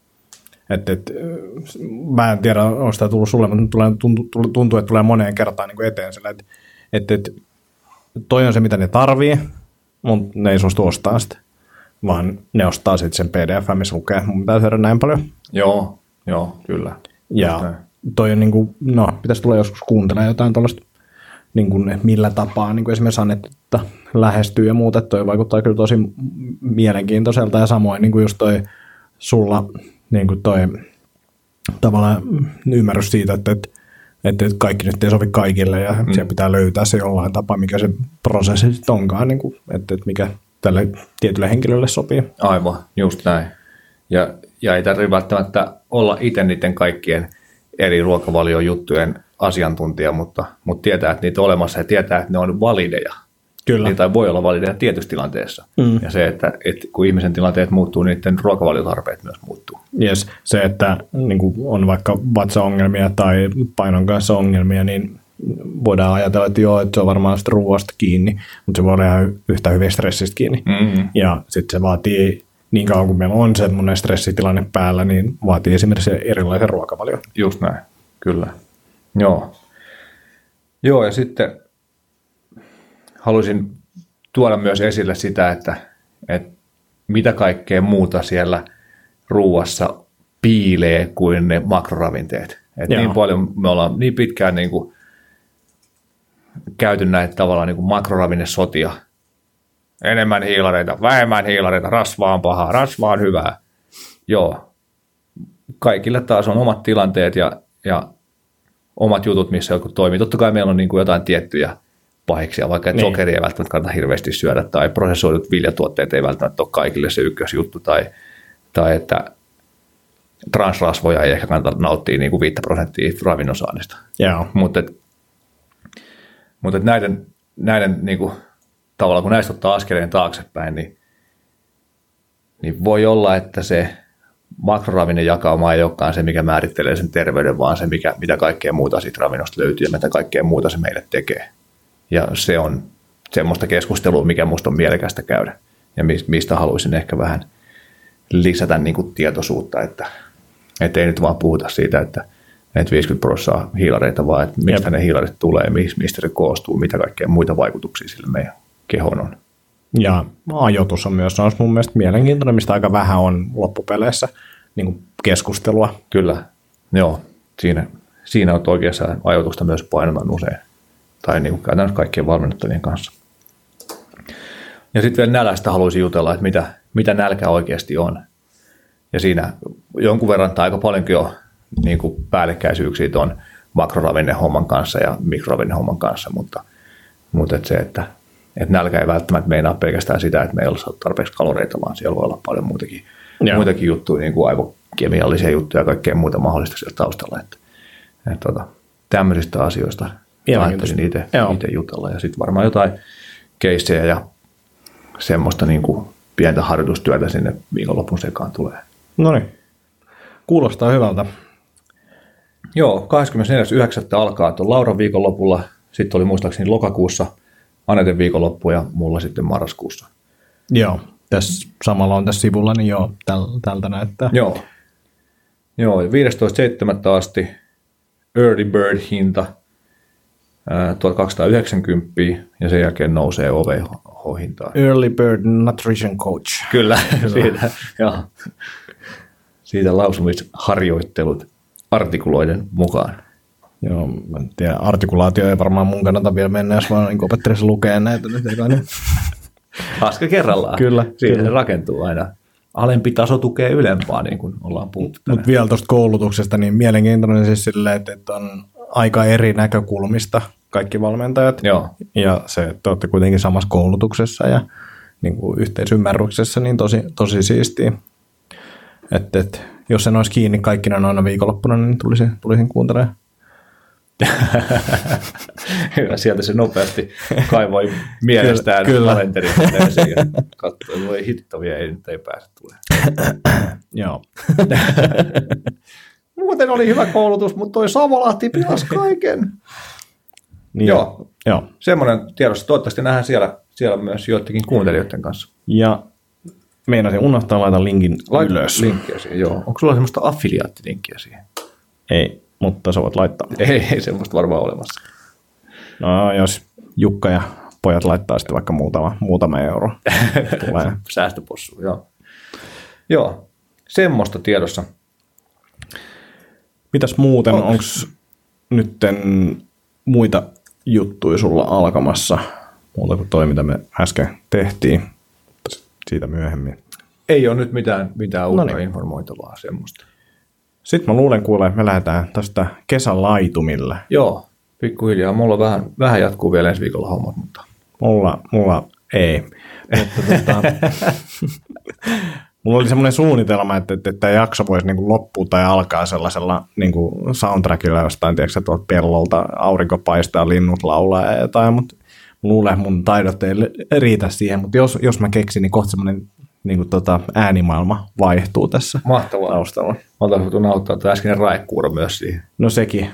Mä en tiedä, onko sitä tullut sulle, mutta tuntuu, että tulee moneen kertaan niin eteen sillä, että toi on se, mitä ne tarvii, mutta ne ei suostu ostaa sitä, vaan ne ostaa sitten sen PDF, missä lukee, mun pitää syödä näin paljon. Joo, kyllä. Ja toi on pitäisi tulla joskus kuuntelemaan jotain tuollaista, niin kuin, millä tapaa niin kuin esimerkiksi Anetta lähestyy ja muuta, toi vaikuttaa kyllä tosi mielenkiintoiselta ja samoin niin kuin just toi sulla niin kuin toi tavallaan ymmärrys siitä, että kaikki nyt ei sovi kaikille ja siellä pitää löytää se jollain tapaa, mikä se prosessi sitten onkaan, niin kuin, että mikä tälle tietylle henkilölle sopii. Aivan, just näin. Ja ei tarvitse välttämättä olla itse niiden kaikkien eri ruokavaliojuttujen asiantuntija, mutta tietää, että niitä on olemassa ja tietää, että ne on valideja. Kyllä. Niitä voi olla valideja tietyssä tilanteessa. Ja se, että kun ihmisen tilanteet muuttuu, niin niiden ruokavaliotarpeet myös muuttuu. Yes. Se, että niin kuin on vaikka vatsaongelmia tai painon kanssa ongelmia, niin voidaan ajatella, että joo, että se on varmaan sitä ruoasta kiinni, mutta se voi olla ihan yhtä hyvin stressistä kiinni. Ja sitten se vaatii, niin kauan kuin meillä on semmoinen stressitilanne päällä, niin vaatii esimerkiksi erilaisen ruokavalion. Just näin, kyllä. Joo, ja sitten haluaisin tuoda myös esille sitä, että mitä kaikkea muuta siellä ruuassa piilee kuin ne makroravinteet. Niin paljon me ollaan niin pitkään niin kuin käyty näitä tavallaan niin kuin makroravinnesotia. Enemmän hiilareita, vähemmän hiilareita, rasva on pahaa, rasva on hyvää. Joo, kaikille taas on omat tilanteet ja omat jutut, missä jotkut toimii. Totta kai meillä on niin kuin jotain tiettyjä pahiksia, vaikka että sokeria ei välttämättä kannata hirveästi syödä, tai prosessoidut viljatuotteet ei välttämättä ole kaikille se ykkösjuttu, tai että transrasvoja ei ehkä kannata nauttia niin kuin 5% ravinnonsaannista. Mutta näiden niin kuin, tavallaan kun näistä ottaa askeleen taaksepäin, niin voi olla, että se makroravinnejakauma ei olekaan se, mikä määrittelee sen terveyden, vaan se, mitä kaikkea muuta siitä ravinnosta löytyy ja mitä kaikkea muuta se meille tekee. Ja se on semmoista keskustelua, mikä musta on mielekästä käydä ja mistä haluaisin ehkä vähän lisätä niin kuin tietoisuutta, että ei nyt vaan puhuta siitä, että 50% hiilareita, vaan että mistä ne hiilarit tulee, mistä se koostuu, mitä kaikkea muita vaikutuksia sille meidän kehoon on. Ja ajoitus on myös mun mielestä mielenkiintoinen, mistä aika vähän on loppupeleissä niin kuin keskustelua. Kyllä, joo. Siinä on oikeassa ajoitusta myös painotan usein. Tai niin kuin käytännössä kaikkien valmennettavien kanssa. Ja sitten vielä nälästä haluaisin jutella, että mitä nälkä oikeasti on. Ja siinä jonkun verran tai aika paljonkin on niin kuin päällekkäisyyksiä tuon makroravinnehomman kanssa ja mikroravinnehomman kanssa, mutta että nälkä ei välttämättä meinaa pelkästään sitä, että meillä on tarpeeksi kaloreita, vaan siellä voi olla paljon muitakin juttuja, niin kuin aivokemiallisia juttuja ja kaikkea muuta mahdollista siellä taustalla. Tämmöisistä asioista ajattelin itse jutella. Ja sitten varmaan jotain keissejä ja semmoista niin kuin pientä harjoitustyötä sinne viikonlopun sekaan tulee. No niin, kuulostaa hyvältä. Joo, 24.9. alkaa tuon Lauran viikonlopulla. Sitten oli muistaakseni lokakuussa Aneten viikonloppu ja mulla sitten marraskuussa. Joo, tässä samalla on tässä sivulla, niin joo, tältä näyttää. Joo, 15.7. asti Early Bird-hinta 1290 ja sen jälkeen nousee OVH-hintaan. Early Bird Nutrition Coach. Kyllä. Siitä lausumisharjoittelut artikuloiden mukaan. Joo, mä en tiedä, artikulaatio ei varmaan mun kannata vielä mennä, jos vaan niin opettelisi lukea näitä nyt. Askel kerrallaan. Kyllä. Siitä rakentuu aina. Alempi taso tukee ylempää, niin kuin ollaan puhuttu. Mutta vielä tuosta koulutuksesta, niin mielenkiintoinen siis silleen, että on aika eri näkökulmista kaikki valmentajat. Joo. Ja se, että olette kuitenkin samassa koulutuksessa ja niin kuin yhteisymmärryksessä, niin tosi siistiä. Että jos en olisi kiinni kaikkina noina viikonloppuna, niin tulisin kuuntelemaan. Hyvä, sieltä se nopeasti kaivoi mielestään kalenterin ja katsoi, voi hittavia, ei pääse tulemaan. Joo. Muuten oli hyvä koulutus, mutta toi Savolahti pilasi kaiken. Niin Joo, semmoinen tiedossa. Toivottavasti nähdään siellä myös joidenkin kuuntelijoiden kanssa. Ja meinasin unohtaa laita linkin ylös. Linkkiä siihen, joo. Onko sulla semmoista affiliaattilinkkiä siihen? Ei, mutta sä voit laittaa. Ei semmoista varmaan olemassa. No jos Jukka ja pojat laittaa sitten vaikka muutama euro. Tulee. Säästöpossu, joo. Joo, semmoista tiedossa. Mitäs muuten, onko nytten muita juttuja sulla alkamassa, muuta kuin toi, mitä me äsken tehtiin, mutta siitä myöhemmin? Ei ole nyt mitään uutta informoitavaa semmoista. Sitten mä luulen kuulee, että me lähdetään tästä kesälaitumille. Joo, pikkuhiljaa. Mulla vähän jatkuu vielä ensi viikolla hommat, mutta... Mulla ei. Mulla oli semmoinen suunnitelma, että tämä jakso voisi niin loppua tai alkaa sellaisella niin soundtrackilla jostain, tiedätkö, tuolta pellolta aurinko paistaa, linnut laulaa ja jotain, mutta luulen, että mun taidot ei riitä siihen, mutta jos mä keksin, niin kohta semmoinen niin äänimaailma vaihtuu tässä. Mahtavaa. Taustalla. Oltaisiin voitu nauttaa tuo äskeinen raekuuro myös siihen. No sekin.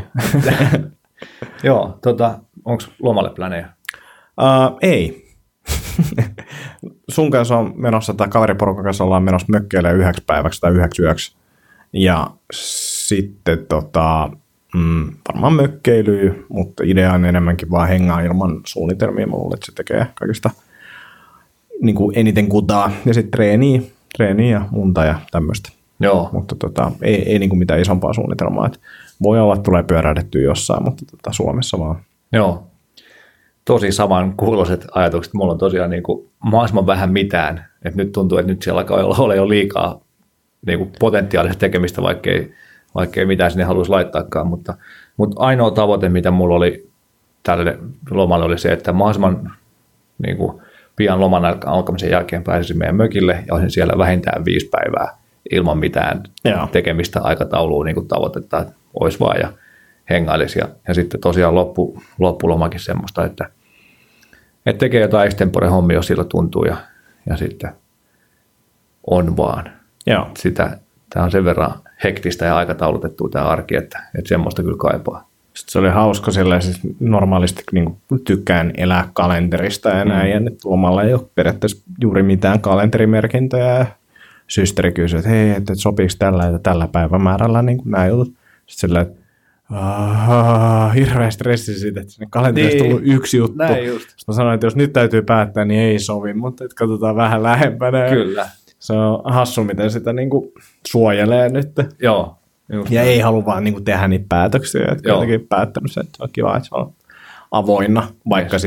Joo, onko lomalle planeja? Ei. Sun kanssa on menossa, tai kaveriporukan kanssa ollaan menossa mökkeille 9 päiväksi tai 9 yöksi. Ja sitten varmaan mökkeilyä, mutta idea on enemmänkin vaan hengaa ilman suunnitelmia. Mä luulen, että se tekee kaikista niin kuin eniten kutaa. Ja sitten treeniä ja munta ja tämmöistä. Joo. Mutta ei niin kuin mitään isompaa suunnitelmaa. Et voi olla, että tulee pyörähdettyä jossain, mutta Suomessa vaan. Joo. Tosi samankuuloiset ajatukset. Mulla on tosiaan niin kuin mahdollisimman vähän mitään. Et nyt tuntuu, että nyt siellä alkaa olla jo liikaa niin kuin potentiaalista tekemistä, vaikkei mitään sinne haluaisi laittaakaan. Mutta ainoa tavoite, mitä mulla oli tälle lomalle, oli se, että mahdollisimman niin kuin pian loman alkamisen jälkeen pääsisin meidän mökille ja olisin siellä vähintään 5 päivää ilman mitään tekemistä aikataulua niin kuin tavoitetta, että olisi vaan ja hengailisi. Ja sitten tosiaan loppulomakin semmoista, että tekee jotain extempore-hommia, jos sillä tuntuu ja sitten on vaan. Joo. Tämä on sen verran hektistä ja aikataulutettua tämä arki, että semmoista kyllä kaipaa. Sitten se oli hauska silleen, siis normaalisti niin tykkään elää kalenterista ja näin, ja nyt lomalla ei ole periaatteessa juuri mitään kalenterimerkintöjä, ja systeri kysyi, että hei, että sopiiko tällä päivämäärällä niin nämä jutut. Sitten silleen, että hirveä stressi siitä, että sinne kalenterista on tullut yksi juttu. Näin just. Sitten mä sanoin, että jos nyt täytyy päättää, niin ei sovi, mutta että katsotaan vähän lähempänä. Kyllä. Se on hassu, miten sitä niin kuin suojelee nyt. Joo. Ja ei halua vaan niin kuin tehdä niitä päätöksiä, jotka on jotenkin päättänyt sen, että on kiva, että se on avoinna, vaikka siis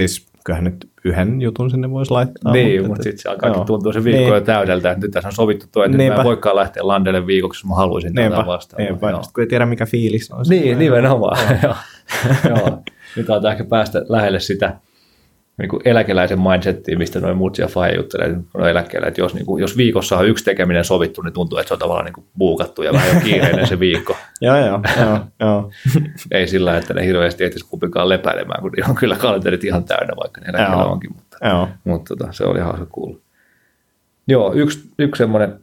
kyllähän nyt yhden jutun sinne voisi laittaa. Niin, mutta sitten se alkaa tuntua se viikko jo täydeltä, että nyt tässä on sovittu toi, että mä en voikaan lähteä landelle viikoksi, jos mä haluaisin tätä vastaan. Niinpä, kun ei tiedä mikä fiilis on. Niin, nimenomaan. Joo. Nyt aletaan ehkä päästä lähelle sitä niin kuin eläkeläisen mindsettiä, mistä noin muut ja faija juttelee eläkkeellä, että jos viikossa on yksi tekeminen sovittu, niin tuntuu, että se on tavallaan niin kuin buukattu ja vähän jo kiireinen se viikko. Joo. Ei sillä, että ne hirveästi ehtisi kumpikaan lepäilemään, kun on kyllä kalenterit ihan täynnä, vaikka ne eläkkeellä onkin, mutta se oli hauska kuulla. Joo, yksi semmoinen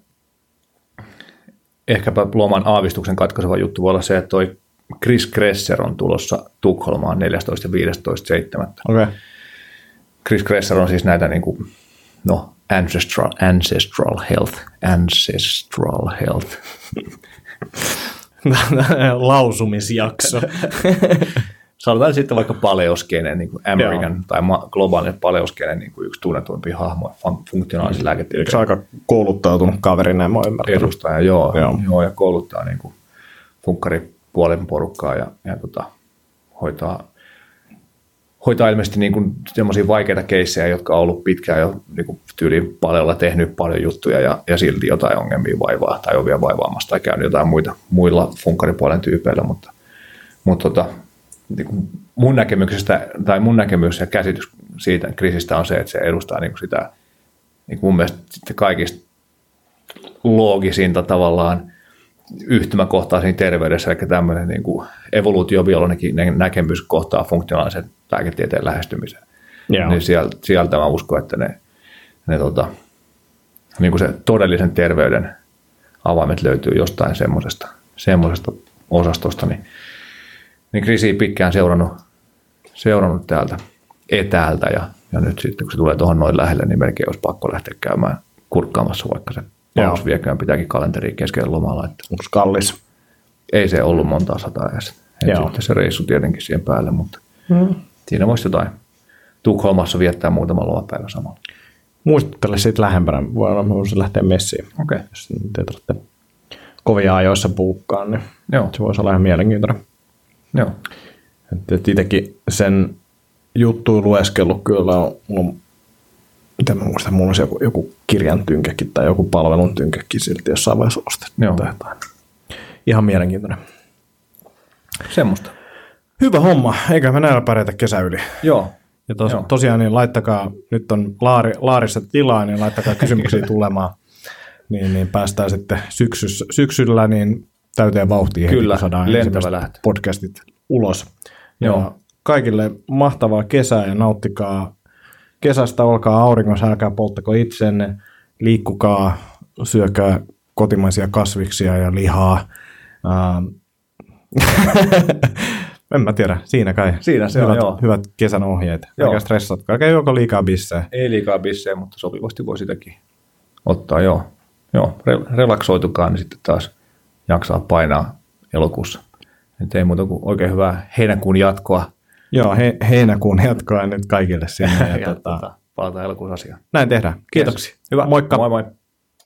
ehkäpä loman aavistuksen katkaiseva juttu voi olla se, että toi Chris Kresser on tulossa Tukholmaan 14. ja 15.7. Okay. Chris Kresser on siis näitä niin kuin, ancestral health. Lausumisjakso. Sanotaan sitten vaikka paleoskenen, niin kuin American tai globaalinen paleoskenen niin kuin yksi tunnetumpi hahmo, funktionaalisen lääketieteen. Yksi aika kouluttautunut kaveri, näin mä oon ymmärtänyt. Edustaja, joo, ja kouluttaa niin kuin funkkaripuolen porukkaa ja hoitaa ilmeisesti niin kuin semmoisia vaikeita keissejä, jotka on ollut pitkään jo niin kuin tyyliin paljolla tehnyt paljon juttuja ja silti jotain ongelmia vaivaa tai on vielä vaivaamassa tai käynyt jotain muilla funkkaripuolen tyypeillä, mutta niin kuin mun näkemys ja käsitys siitä Chrisistä on se, että se edustaa niin kuin sitä niin kuin mun mielestä kaikista loogisinta tavallaan yhtymäkohtaa siinä terveydessä, eli tämmöinen niin kuin evoluutiobiologinen näkemys kohtaa funktionaalisen lääketieteen lähestymisen. Niin sieltä mä uskon, että ne niin kuin se todellisen terveyden avaimet löytyy jostain semmoisesta osastosta. Niin Chrisiä pitkään seurannut täältä etäältä ja nyt sitten kun se tulee tuohon noin lähelle, niin melkein olisi pakko lähteä käymään kurkkaamassa, vaikka se paus viekään pitääkin kalenteriin keskellä lomalla. Onko kallis? Ei se ollut montaa sataa edes. Sitten se reissu tietenkin siihen päälle, mutta siinä voisi jotain Tukholmassa viettää muutama lomapäivä samalla. Muistuttele siitä lähempänä. Voisi lähteä messiin. Okay. Jos ei tarvitse kovia ajoissa puukkaan, niin se voisi olla ihan mielenkiintoinen. Joo. Et itsekin sen juttuun lueskellut kyllä on miten mä muistan, mulla olisi joku kirjan tynkäkin tai joku palvelun tynkäkin silti jossain vaiheessa ostettu tai jotain. Ihan mielenkiintoinen. Semmoista. Hyvä homma, eikä me näillä pärjätä kesä yli. Joo. Ja tosiaan niin laittakaa, nyt on laarissa tilaa, niin laittakaa kysymyksiä tulemaan. Niin päästään sitten syksyllä niin täyteen vauhtiin. Kyllä, lentävä podcastit ulos. Ja kaikille mahtavaa kesää ja nauttikaa kesästä, olkaa auringossa, älkää polttako itsenne, liikkukaa, syökää kotimaisia kasviksia ja lihaa. En mä tiedä, siinä kai. Siinä se hyvät kesän ohjeet. Älkää stressatkaa, älkää juoko liikaa bissejä. Ei liikaa bissejä, mutta sopivasti voi sitäkin ottaa, joo. Relaksoitukaa, niin sitten taas jaksaa painaa elokuussa. Nyt ei muuta kuin oikein hyvää heinäkuun jatkoa. Joo, heinäkuun jatkoa nyt kaikille sinne. Palataan elokuun asiaan. Näin tehdään. Kiitoksia. Hyvä. Moikka. Moi moi.